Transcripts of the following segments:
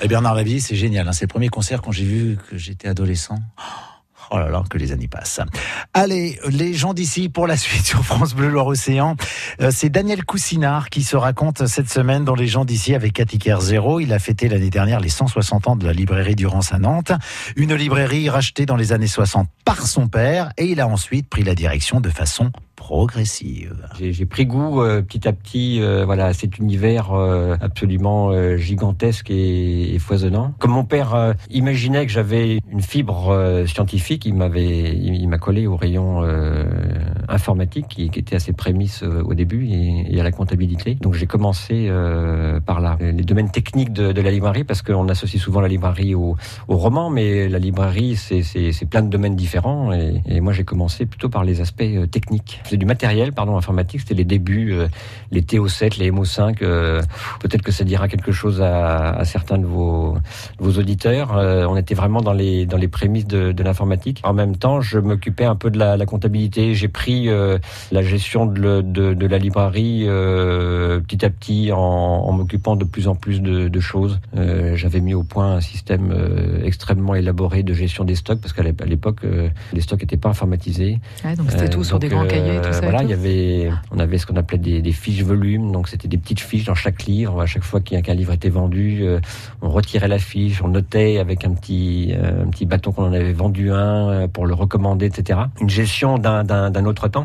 Et Bernard Lavilliers, c'est génial. C'est le premier concert quand j'ai vu que j'étais adolescent. Oh là là, que les années passent. Allez, les gens d'ici pour la suite sur France Bleu Loire-Océan. C'est Daniel Coussinard qui se raconte cette semaine dans Les gens d'ici avec Cathy Kerzero. Il a fêté l'année dernière les 160 ans de la librairie Durance à Nantes. Une librairie rachetée dans les années 60 par son père et il a ensuite pris la direction de façon progressive. J'ai pris goût petit à petit à cet univers absolument gigantesque et foisonnant. Comme mon père imaginait que j'avais une fibre scientifique, il m'a collé au rayon informatique qui était à ses prémices au début et à la comptabilité. Donc j'ai commencé par là. Les domaines techniques de la librairie, parce qu'on associe souvent la librairie au roman, mais la librairie c'est plein de domaines différents et moi j'ai commencé plutôt par les aspects techniques. C'est du matériel, informatique, c'était les débuts, les TO7, les MO5. Peut-être que ça dira quelque chose à certains de vos auditeurs. On était vraiment dans les prémices de l'informatique. En même temps, je m'occupais un peu de la comptabilité. J'ai pris la gestion de la librairie petit à petit en m'occupant de plus en plus de choses. J'avais mis au point un système extrêmement élaboré de gestion des stocks, parce qu'à l'époque, les stocks n'étaient pas informatisés. Ouais, donc c'était tout sur des grands cahiers. Tout ça on avait ce qu'on appelait des fiches volumes, donc c'était des petites fiches dans chaque livre. À chaque fois qu'un livre était vendu, on retirait la fiche, on notait avec un petit bâton qu'on en avait vendu un pour le recommander, etc. Une gestion d'un autre temps.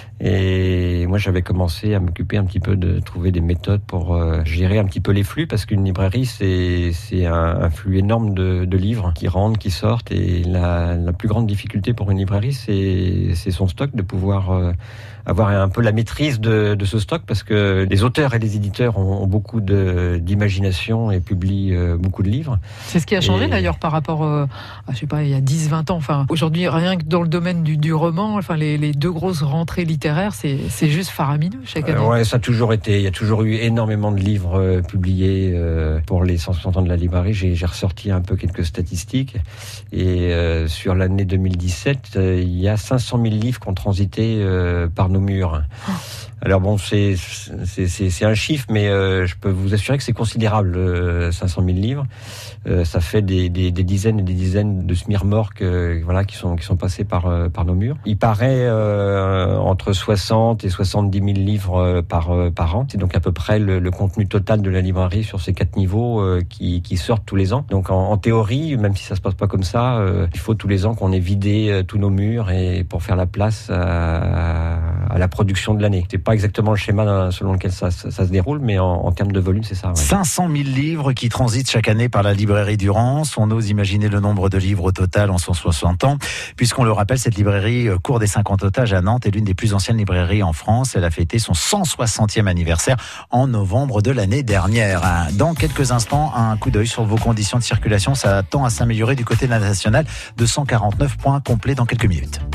Et moi, j'avais commencé à m'occuper un petit peu de trouver des méthodes pour gérer un petit peu les flux, parce qu'une librairie, c'est un flux énorme de livres qui rentrent, qui sortent. Et la plus grande difficulté pour une librairie, c'est son stock, de pouvoir avoir un peu la maîtrise de ce stock, parce que les auteurs et les éditeurs ont beaucoup d'imagination et publient beaucoup de livres. C'est ce qui a changé d'ailleurs par rapport il y a 10-20 ans. Aujourd'hui, rien que dans le domaine du roman, les deux grosses rentrées littéraires, c'est juste faramineux chaque année. Ouais, ça a toujours été. Il y a toujours eu énormément de livres publiés pour les 160 ans de la librairie. J'ai ressorti un peu quelques statistiques. Et sur l'année 2017, il y a 500 000 livres qui ont transité par nos murs. Alors bon, c'est un chiffre, mais je peux vous assurer que c'est considérable, 500 000 livres. Ça fait des dizaines et des dizaines de smirmorques qui sont passés par nos murs. Il paraît entre 60 et 70 000 livres par an. C'est donc à peu près le contenu total de la librairie sur ces 4 niveaux qui sortent tous les ans. Donc en théorie, même si ça se passe pas comme ça, il faut tous les ans qu'on ait vidé tous nos murs et pour faire la place à la production de l'année. C'est pas exactement le schéma selon lequel ça se déroule, mais en termes de volume, c'est ça. Ouais. 500 000 livres qui transitent chaque année par la librairie Durance. On ose imaginer le nombre de livres au total en 160 ans. Puisqu'on le rappelle, cette librairie court des 50 otages à Nantes est l'une des plus anciennes librairies en France. Elle a fêté son 160e anniversaire en novembre de l'année dernière. Dans quelques instants, un coup d'œil sur vos conditions de circulation. Ça tend à s'améliorer du côté de la nationale. 249 points complets dans quelques minutes.